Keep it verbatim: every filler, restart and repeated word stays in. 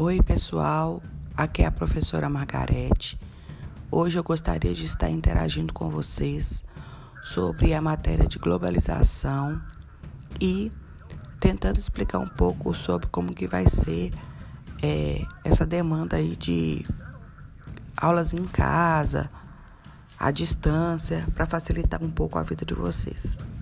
Oi, pessoal, aqui é a professora Margarete. Hoje eu gostaria de estar interagindo com vocês sobre a matéria de globalização e tentando explicar um pouco sobre como que vai ser é, essa demanda aí de aulas em casa, à distância, para facilitar um pouco a vida de vocês.